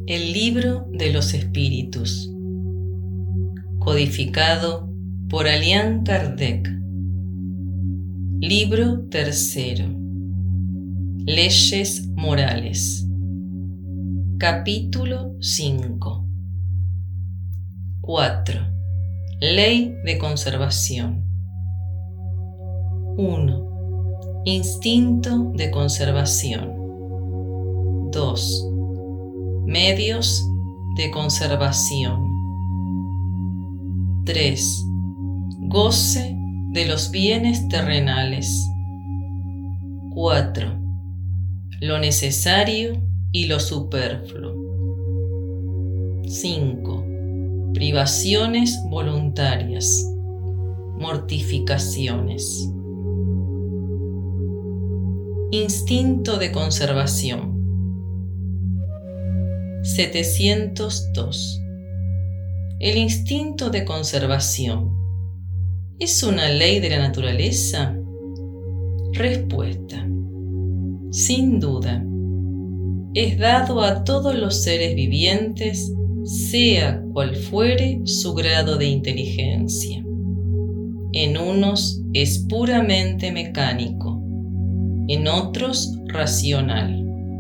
El libro de los espíritus, codificado por Allan Kardec. Libro tercero. Leyes morales. Capítulo 5. 4. Ley de conservación. 1. Instinto de conservación. 2. Medios de conservación. 3. Goce de los bienes terrenales. 4. Lo necesario y lo superfluo. 5. Privaciones voluntarias. Mortificaciones. Instinto de conservación. 702. ¿El instinto de conservación es una ley de la naturaleza? Respuesta: sin duda. Es dado a todos los seres vivientes, sea cual fuere su grado de inteligencia. En unos es puramente mecánico, en otros racional.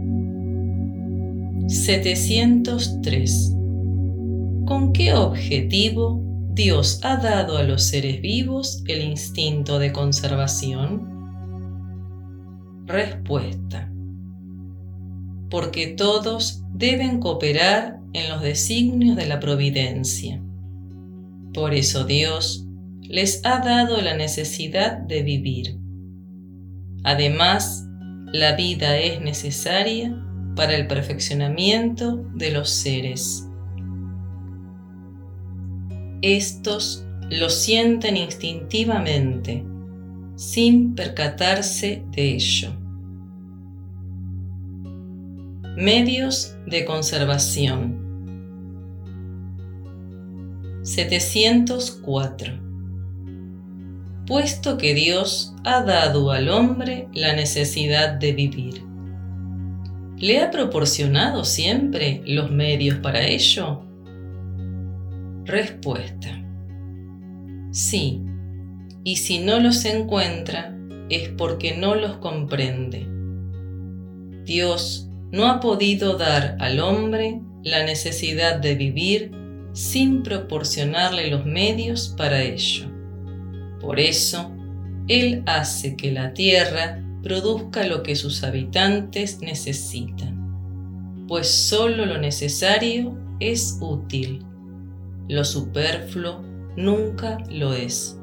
703. ¿Con qué objetivo Dios ha dado a los seres vivos el instinto de conservación? Respuesta: porque todos deben cooperar en los designios de la providencia. Por eso Dios les ha dado la necesidad de vivir. Además, la vida es necesaria para el perfeccionamiento de los seres. Estos lo sienten instintivamente, sin percatarse de ello. Medios de conservación. 704. Puesto que Dios ha dado al hombre la necesidad de vivir, ¿le ha proporcionado siempre los medios para ello? Respuesta: sí, y si no los encuentra es porque no los comprende. Dios no ha podido dar al hombre la necesidad de vivir sin proporcionarle los medios para ello. Por eso, Él hace que la tierra produzca lo que sus habitantes necesitan, pues solo lo necesario es útil. Lo superfluo nunca lo es.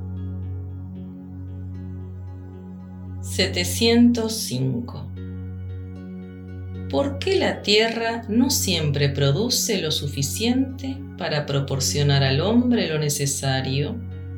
705. ¿Por qué la tierra no siempre produce lo suficiente para proporcionar al hombre lo necesario?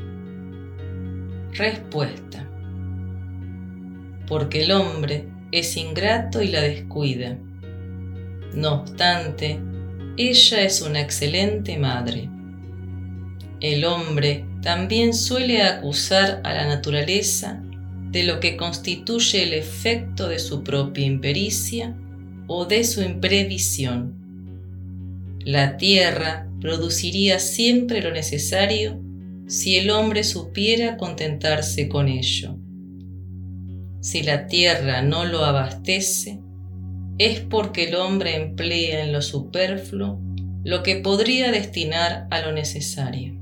Respuesta: porque el hombre es ingrato y la descuida. No obstante, ella es una excelente madre. El hombre también suele acusar a la naturaleza de lo que constituye el efecto de su propia impericia o de su imprevisión. La tierra produciría siempre lo necesario si el hombre supiera contentarse con ello. Si la tierra no lo abastece, es porque el hombre emplea en lo superfluo lo que podría destinar a lo necesario.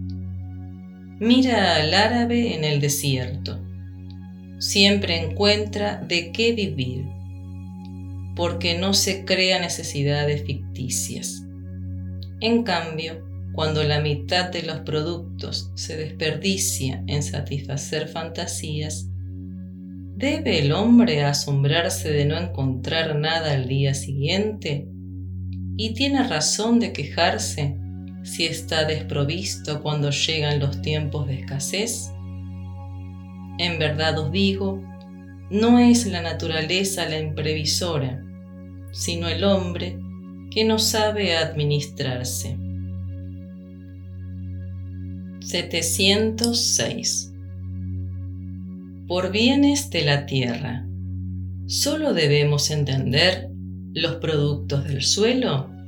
Mira al árabe en el desierto. Siempre encuentra de qué vivir, porque no se crea necesidades ficticias. En cambio, cuando la mitad de los productos se desperdicia en satisfacer fantasías, ¿debe el hombre asombrarse de no encontrar nada al día siguiente? ¿Y tiene razón de quejarse si está desprovisto cuando llegan los tiempos de escasez? En verdad os digo, no es la naturaleza la imprevisora, sino el hombre que no sabe administrarse. 706. Por bienes de la tierra, ¿solo debemos entender los productos del suelo?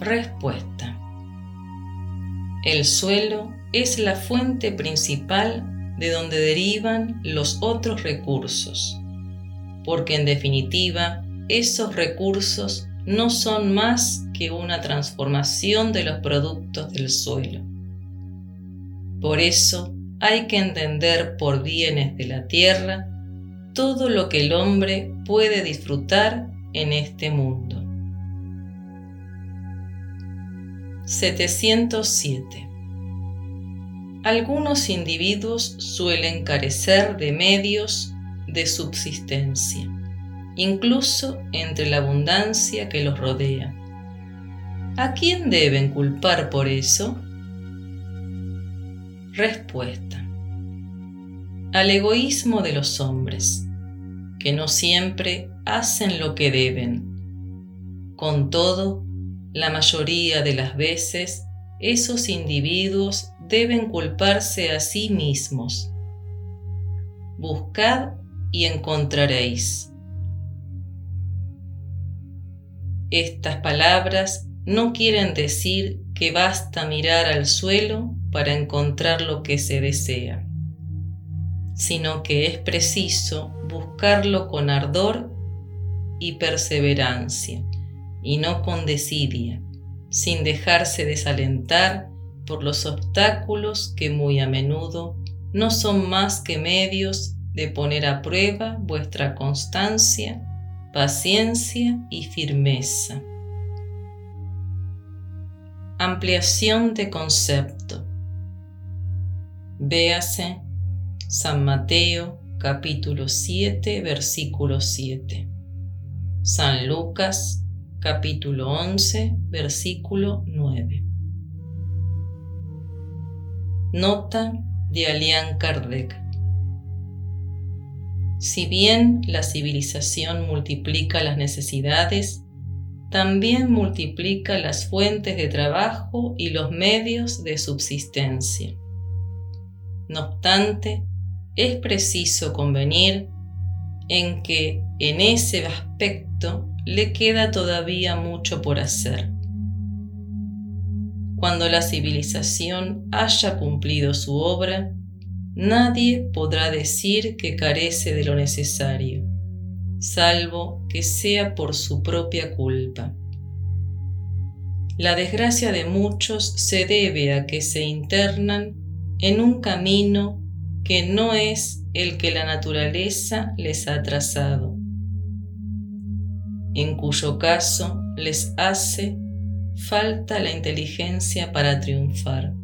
Respuesta. El suelo es la fuente principal de donde derivan los otros recursos, porque en definitiva esos recursos no son más que una transformación de los productos del suelo. Por eso hay que entender por bienes de la tierra todo lo que el hombre puede disfrutar en este mundo. 707. Algunos individuos suelen carecer de medios de subsistencia, incluso entre la abundancia que los rodea. ¿A quién deben culpar por eso? Respuesta. Al egoísmo de los hombres, que no siempre hacen lo que deben. Con todo, la mayoría de las veces, esos individuos deben culparse a sí mismos. Buscad y encontraréis. Estas palabras no quieren decir que basta mirar al suelo para encontrar lo que se desea, sino que es preciso buscarlo con ardor y perseverancia, y no con desidia, sin dejarse desalentar por los obstáculos que muy a menudo no son más que medios de poner a prueba vuestra constancia, paciencia y firmeza. Ampliación de concepto. Véase San Mateo capítulo 7 versículo 7, San Lucas capítulo 11 versículo 9. Nota de Allan Kardec. Si bien la civilización multiplica las necesidades, también multiplica las fuentes de trabajo y los medios de subsistencia. No obstante, es preciso convenir en que en ese aspecto le queda todavía mucho por hacer. Cuando la civilización haya cumplido su obra, nadie podrá decir que carece de lo necesario, salvo que sea por su propia culpa. La desgracia de muchos se debe a que se internan en un camino que no es el que la naturaleza les ha trazado, en cuyo caso les hace falta la inteligencia para triunfar.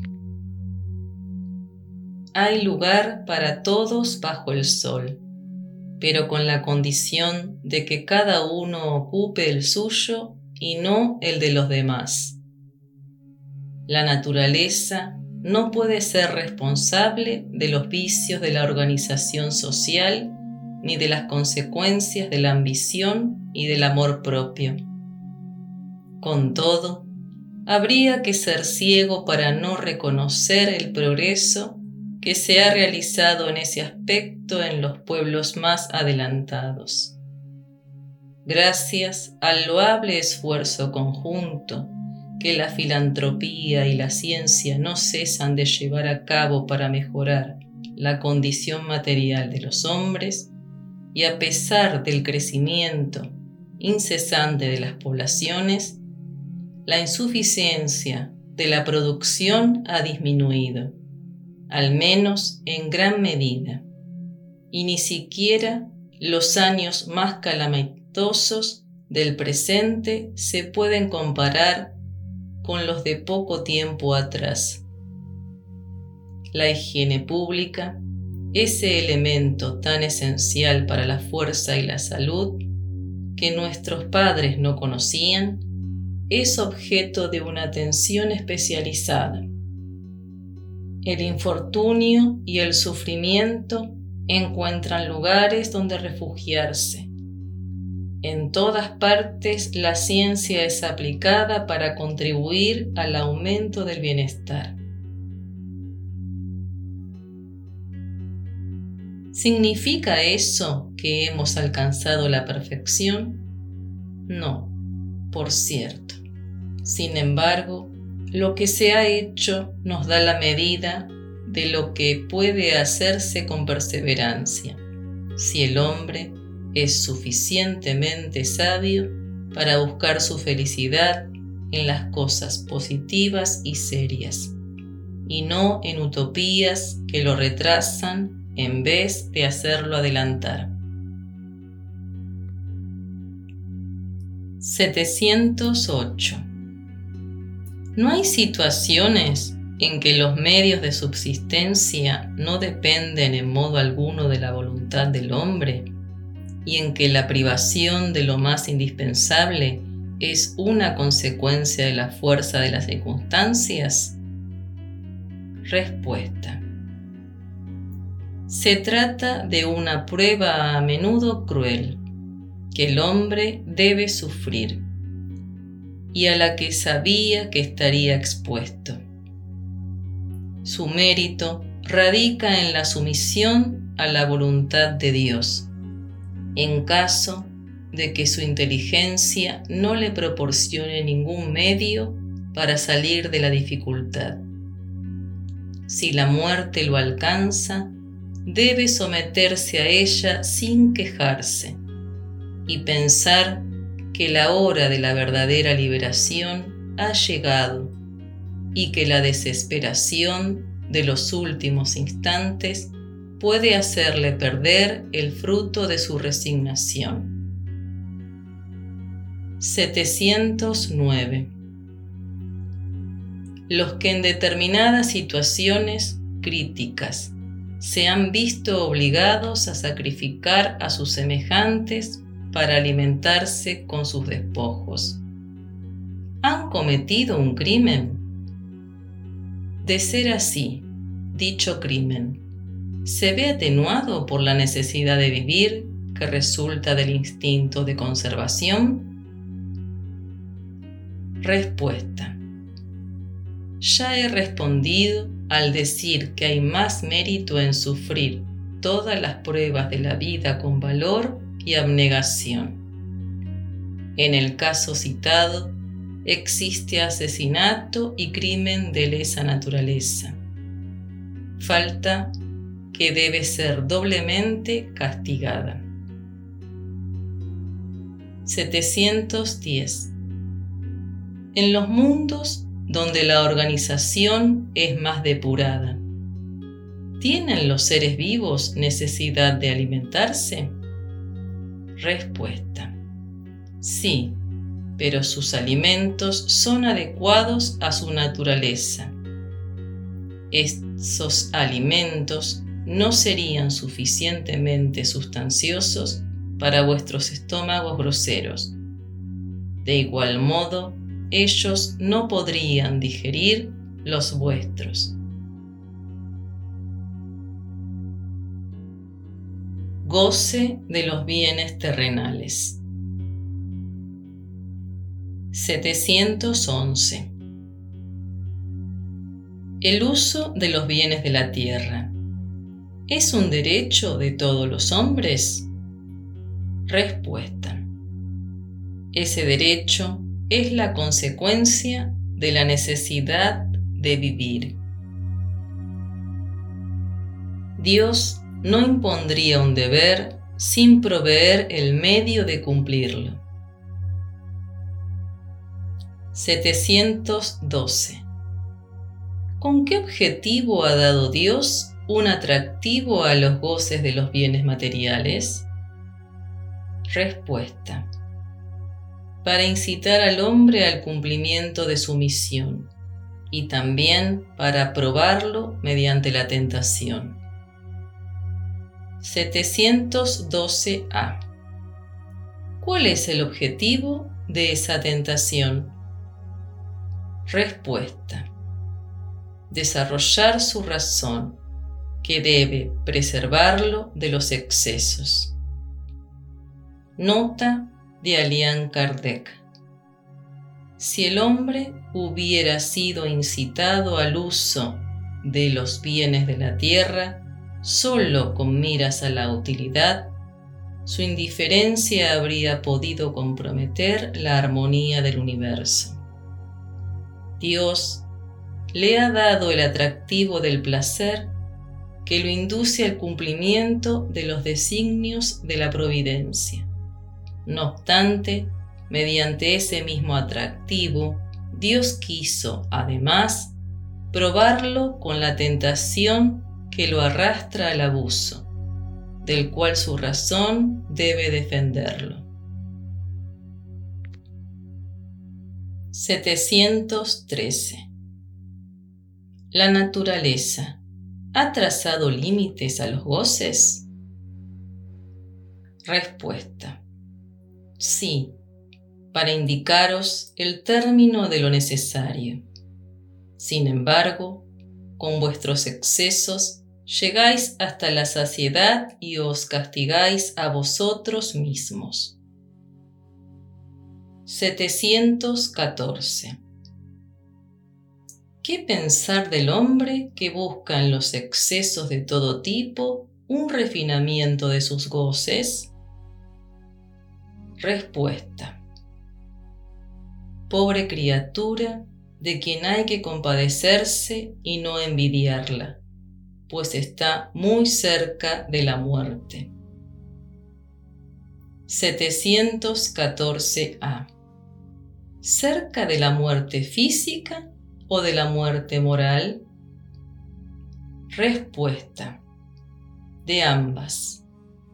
Hay lugar para todos bajo el sol, pero con la condición de que cada uno ocupe el suyo y no el de los demás. La naturaleza no puede ser responsable de los vicios de la organización social ni de las consecuencias de la ambición y del amor propio. Con todo, habría que ser ciego para no reconocer el progreso que se ha realizado en ese aspecto en los pueblos más adelantados. Gracias al loable esfuerzo conjunto que la filantropía y la ciencia no cesan de llevar a cabo para mejorar la condición material de los hombres, y a pesar del crecimiento incesante de las poblaciones, la insuficiencia de la producción ha disminuido, al menos en gran medida, y ni siquiera los años más calamitosos del presente se pueden comparar con los de poco tiempo atrás. La higiene pública, ese elemento tan esencial para la fuerza y la salud que nuestros padres no conocían, es objeto de una atención especializada. El infortunio y el sufrimiento encuentran lugares donde refugiarse. En todas partes la ciencia es aplicada para contribuir al aumento del bienestar. ¿Significa eso que hemos alcanzado la perfección? No, por cierto. Sin embargo, lo que se ha hecho nos da la medida de lo que puede hacerse con perseverancia, si el hombre es suficientemente sabio para buscar su felicidad en las cosas positivas y serias, y no en utopías que lo retrasan en vez de hacerlo adelantar. 708. ¿No hay situaciones en que los medios de subsistencia no dependen en modo alguno de la voluntad del hombre y en que la privación de lo más indispensable es una consecuencia de la fuerza de las circunstancias? Respuesta. Se trata de una prueba a menudo cruel que el hombre debe sufrir y a la que sabía que estaría expuesto. Su mérito radica en la sumisión a la voluntad de Dios, en caso de que su inteligencia no le proporcione ningún medio para salir de la dificultad. Si la muerte lo alcanza, debe someterse a ella sin quejarse y pensar que la hora de la verdadera liberación ha llegado y que la desesperación de los últimos instantes puede hacerle perder el fruto de su resignación. 709. Los que en determinadas situaciones críticas se han visto obligados a sacrificar a sus semejantes para alimentarse con sus despojos, ¿han cometido un crimen? De ser así, dicho crimen se ve atenuado por la necesidad de vivir que resulta del instinto de conservación. Respuesta. Ya he respondido al decir que hay más mérito en sufrir todas las pruebas de la vida con valor y abnegación. En el caso citado, existe asesinato y crimen de lesa naturaleza. Falta que debe ser doblemente castigada. 710. En los mundos donde la organización es más depurada, ¿tienen los seres vivos necesidad de alimentarse? Respuesta. Sí, pero sus alimentos son adecuados a su naturaleza. Esos alimentos no serían suficientemente sustanciosos para vuestros estómagos groseros. De igual modo, ellos no podrían digerir los vuestros. Goce de los bienes terrenales. 711. El uso de los bienes de la tierra ¿es un derecho de todos los hombres? Respuesta. Ese derecho es la consecuencia de la necesidad de vivir. Dios no impondría un deber sin proveer el medio de cumplirlo. 712. ¿Con qué objetivo ha dado Dios un atractivo a los goces de los bienes materiales? Respuesta. Para incitar al hombre al cumplimiento de su misión y también para probarlo mediante la tentación. 712a. ¿Cuál es el objetivo de esa tentación? Respuesta. Desarrollar su razón, que debe preservarlo de los excesos. Nota de Allan Kardec. Si el hombre hubiera sido incitado al uso de los bienes de la tierra solo con miras a la utilidad, su indiferencia habría podido comprometer la armonía del universo. Dios le ha dado el atractivo del placer que lo induce al cumplimiento de los designios de la providencia. No obstante, mediante ese mismo atractivo, Dios quiso, además, probarlo con la tentación que lo arrastra al abuso, del cual su razón debe defenderlo. 713. La naturaleza ¿ha trazado límites a los goces? Respuesta: sí, para indicaros el término de lo necesario. Sin embargo, con vuestros excesos llegáis hasta la saciedad y os castigáis a vosotros mismos. 714. ¿Qué pensar del hombre que busca en los excesos de todo tipo un refinamiento de sus goces? Respuesta: pobre criatura de quien hay que compadecerse y no envidiarla, pues está muy cerca de la muerte. 714a. ¿Cerca de la muerte física o de la muerte moral? Respuesta: de ambas.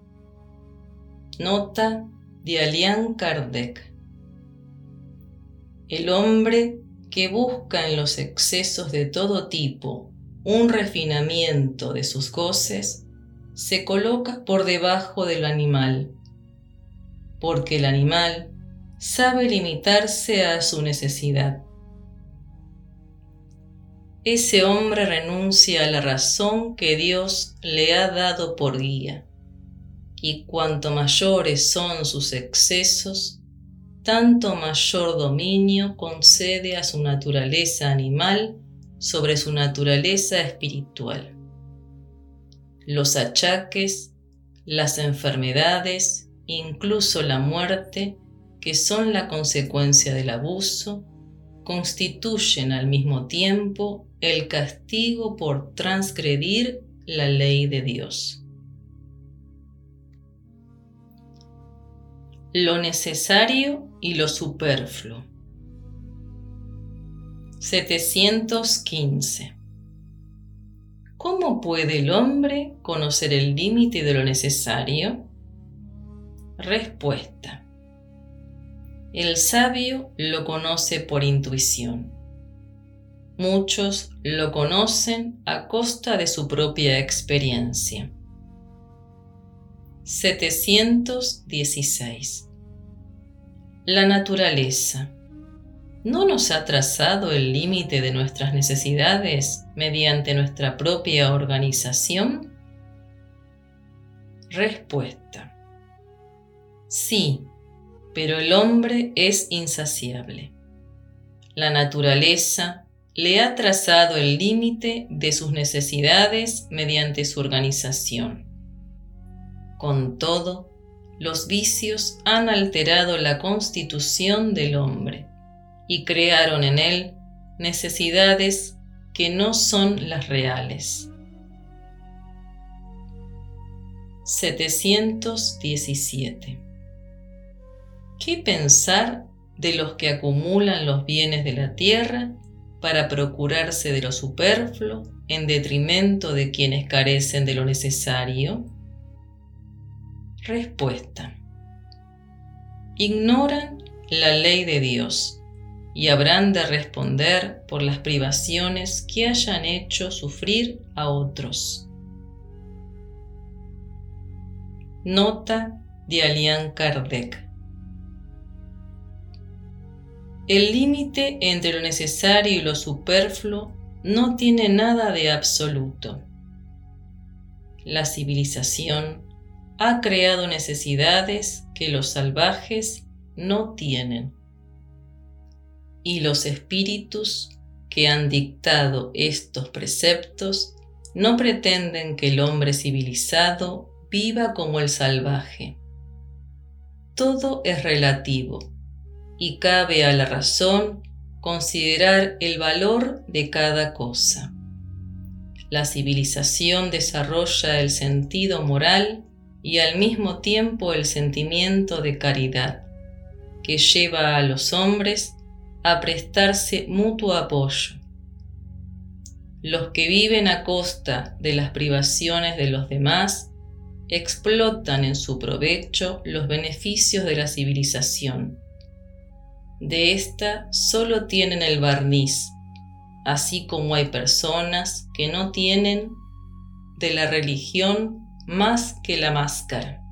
Nota de Allan Kardec. El hombre que busca en los excesos de todo tipo un refinamiento de sus goces se coloca por debajo del animal, porque el animal sabe limitarse a su necesidad. Ese hombre renuncia a la razón que Dios le ha dado por guía, y cuanto mayores son sus excesos, tanto mayor dominio concede a su naturaleza animal sobre su naturaleza espiritual. Los achaques, las enfermedades, incluso la muerte, que son la consecuencia del abuso, constituyen al mismo tiempo el castigo por transgredir la ley de Dios. Lo necesario y lo superfluo. 715. ¿Cómo puede el hombre conocer el límite de lo necesario? Respuesta: el sabio lo conoce por intuición. Muchos lo conocen a costa de su propia experiencia. 716. La naturaleza ¿no nos ha trazado el límite de nuestras necesidades mediante nuestra propia organización? Respuesta: sí, pero el hombre es insaciable. La naturaleza le ha trazado el límite de sus necesidades mediante su organización. Con todo, los vicios han alterado la constitución del hombre y crearon en él necesidades que no son las reales. 717. ¿Qué pensar de los que acumulan los bienes de la tierra para procurarse de lo superfluo en detrimento de quienes carecen de lo necesario? Respuesta: ignoran la ley de Dios y habrán de responder por las privaciones que hayan hecho sufrir a otros. Nota de Allan Kardec. El límite entre lo necesario y lo superfluo no tiene nada de absoluto. La civilización ha creado necesidades que los salvajes no tienen. Y los espíritus que han dictado estos preceptos no pretenden que el hombre civilizado viva como el salvaje. Todo es relativo y cabe a la razón considerar el valor de cada cosa. La civilización desarrolla el sentido moral y al mismo tiempo el sentimiento de caridad, que lleva a los hombres a prestarse mutuo apoyo. Los que viven a costa de las privaciones de los demás explotan en su provecho los beneficios de la civilización. De esta solo tienen el barniz, así como hay personas que no tienen de la religión más que la máscara.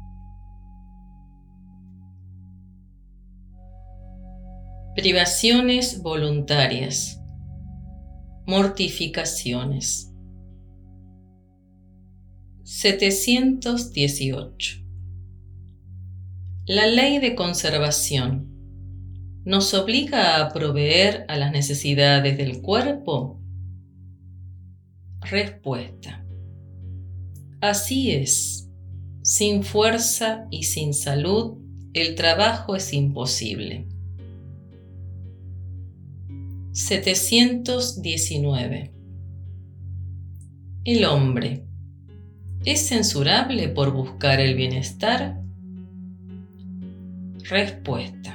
Privaciones voluntarias. Mortificaciones. 718. La ley de conservación ¿nos obliga a proveer a las necesidades del cuerpo? Respuesta. Así es. Sin fuerza y sin salud, el trabajo es imposible. 719. ¿El hombre es censurable por buscar el bienestar? Respuesta.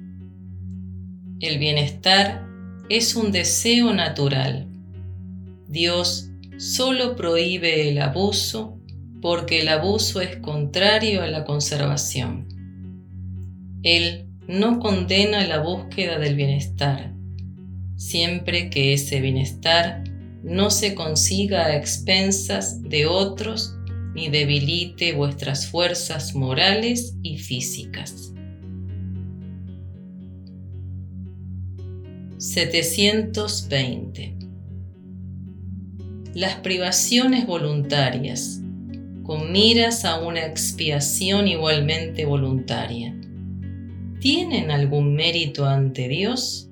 El bienestar es un deseo natural. Dios solo prohíbe el abuso porque el abuso es contrario a la conservación. Él no condena la búsqueda del bienestar, siempre que ese bienestar no se consiga a expensas de otros ni debilite vuestras fuerzas morales y físicas. 720. Las privaciones voluntarias, con miras a una expiación igualmente voluntaria, ¿tienen algún mérito ante Dios?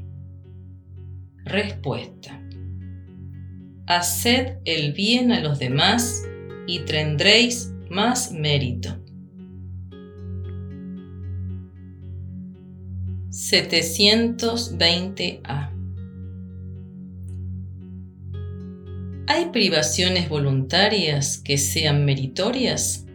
Respuesta. Haced el bien a los demás y tendréis más mérito. 720a. ¿Hay privaciones voluntarias que sean meritorias?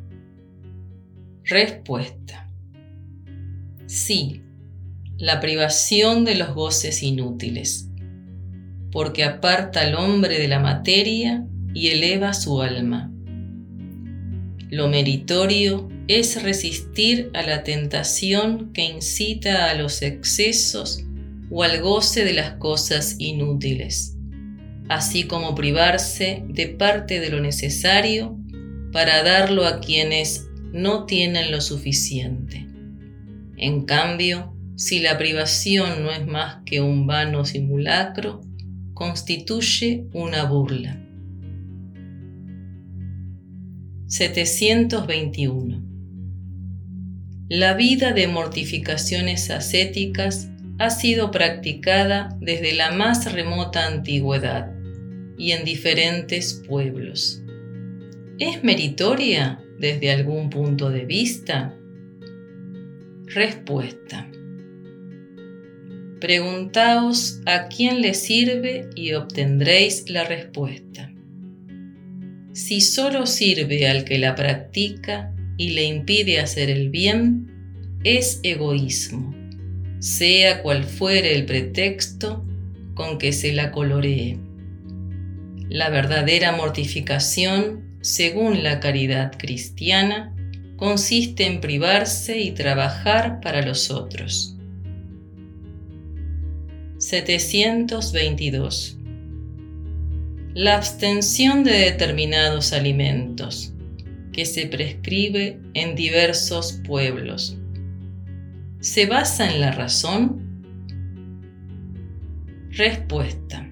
Respuesta. Sí, la privación de los goces inútiles, porque aparta al hombre de la materia y eleva su alma. Lo meritorio es resistir a la tentación que incita a los excesos o al goce de las cosas inútiles, así como privarse de parte de lo necesario para darlo a quienes no tienen lo suficiente. En cambio, si la privación no es más que un vano simulacro, constituye una burla. 721. La vida de mortificaciones ascéticas ha sido practicada desde la más remota antigüedad y en diferentes pueblos. ¿Es meritoria desde algún punto de vista? Respuesta. Preguntaos a quién le sirve y obtendréis la respuesta. Si solo sirve al que la practica y le impide hacer el bien, es egoísmo, sea cual fuere el pretexto con que se la coloree. La verdadera mortificación, según la caridad cristiana, consiste en privarse y trabajar para los otros. 722. La abstención de determinados alimentos, que se prescribe en diversos pueblos, ¿se basa en la razón? Respuesta.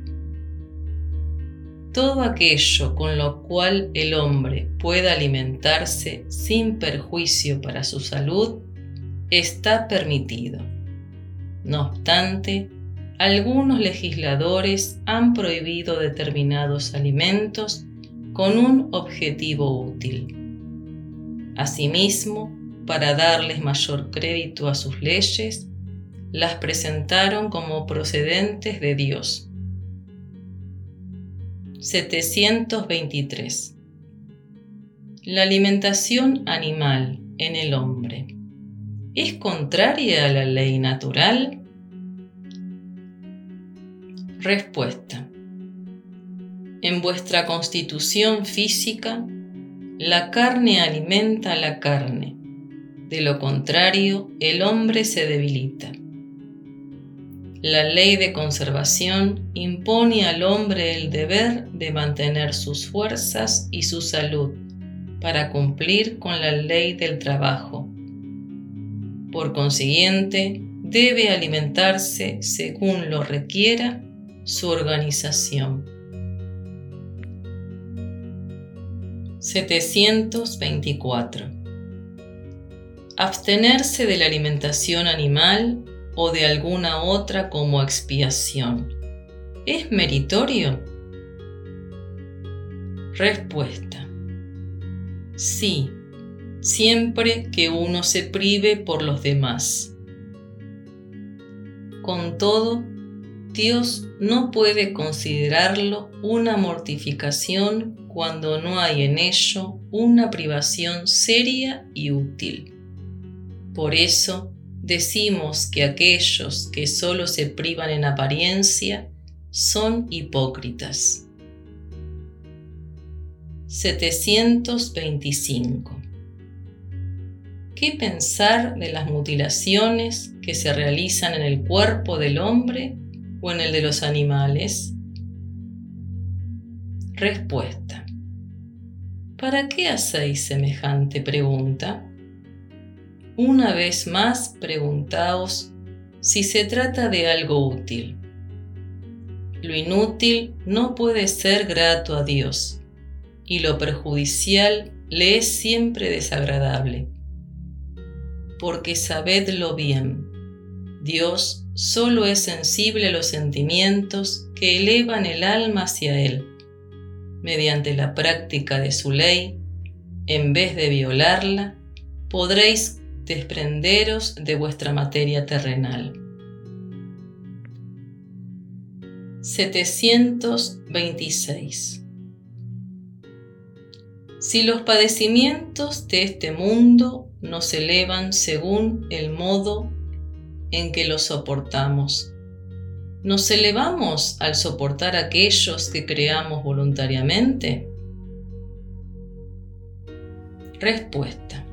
Todo aquello con lo cual el hombre pueda alimentarse sin perjuicio para su salud está permitido. No obstante, algunos legisladores han prohibido determinados alimentos con un objetivo útil. Asimismo, para darles mayor crédito a sus leyes, las presentaron como procedentes de Dios. 723. La alimentación animal en el hombre ¿es contraria a la ley natural? Respuesta. En vuestra constitución física, la carne alimenta a la carne. De lo contrario, el hombre se debilita. La ley de conservación impone al hombre el deber de mantener sus fuerzas y su salud para cumplir con la ley del trabajo. Por consiguiente, debe alimentarse según lo requiera su organización. 724. Abstenerse de la alimentación animal o de alguna otra como expiación ¿es meritorio? Respuesta. Sí, siempre que uno se prive por los demás. Con todo, Dios no puede considerarlo una mortificación cuando no hay en ello una privación seria y útil. Por eso, decimos que aquellos que solo se privan en apariencia son hipócritas. 725. ¿Qué pensar de las mutilaciones que se realizan en el cuerpo del hombre o en el de los animales? Respuesta. ¿Para qué hacéis semejante pregunta? Una vez más preguntaos si se trata de algo útil. Lo inútil no puede ser grato a Dios, y lo perjudicial le es siempre desagradable. Porque sabedlo bien, Dios solo es sensible a los sentimientos que elevan el alma hacia Él. Mediante la práctica de su ley, en vez de violarla, podréis desprenderos de vuestra materia terrenal. 726. Si los padecimientos de este mundo nos elevan según el modo en que los soportamos, ¿nos elevamos al soportar aquellos que creamos voluntariamente? Respuesta.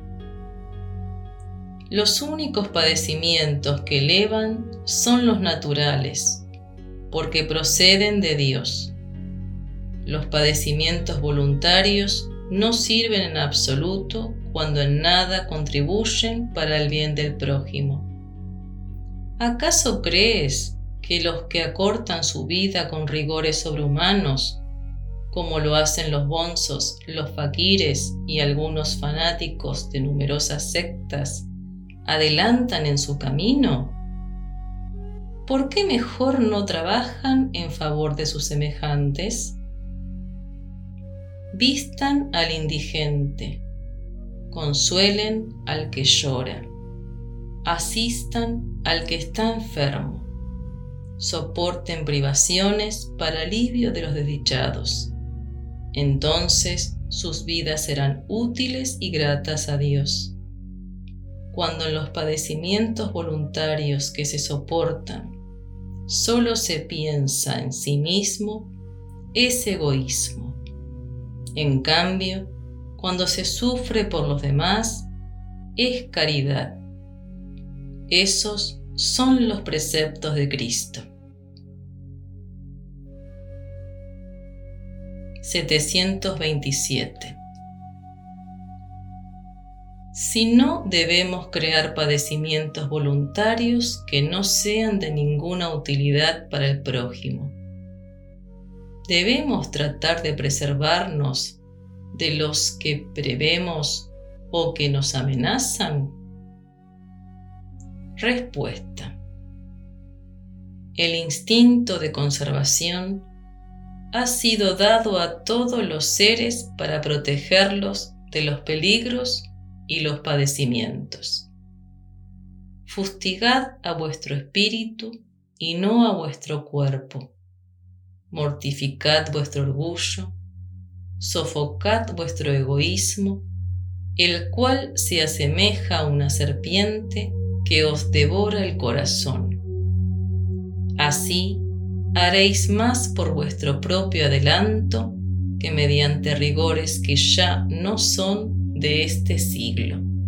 Los únicos padecimientos que elevan son los naturales, porque proceden de Dios. Los padecimientos voluntarios no sirven en absoluto cuando en nada contribuyen para el bien del prójimo. ¿Acaso crees que los que acortan su vida con rigores sobrehumanos, como lo hacen los bonzos, los faquires y algunos fanáticos de numerosas sectas, adelantan en su camino? ¿Por qué mejor no trabajan en favor de sus semejantes? Vistan al indigente, consuelen al que llora, asistan al que está enfermo, soporten privaciones para alivio de los desdichados. Entonces sus vidas serán útiles y gratas a Dios. Cuando en los padecimientos voluntarios que se soportan solo se piensa en sí mismo, es egoísmo. En cambio, cuando se sufre por los demás, es caridad. Esos son los preceptos de Cristo. 727. Si no, debemos crear padecimientos voluntarios que no sean de ninguna utilidad para el prójimo. Debemos tratar de preservarnos de los que prevemos o que nos amenazan. Respuesta. El instinto de conservación ha sido dado a todos los seres para protegerlos de los peligros y los padecimientos. fustigad a vuestro espíritu y no a vuestro cuerpo. Mortificad vuestro orgullo, sofocad vuestro egoísmo, el cual se asemeja a una serpiente que os devora el corazón. Así haréis más por vuestro propio adelanto que mediante rigores que ya no son de este siglo.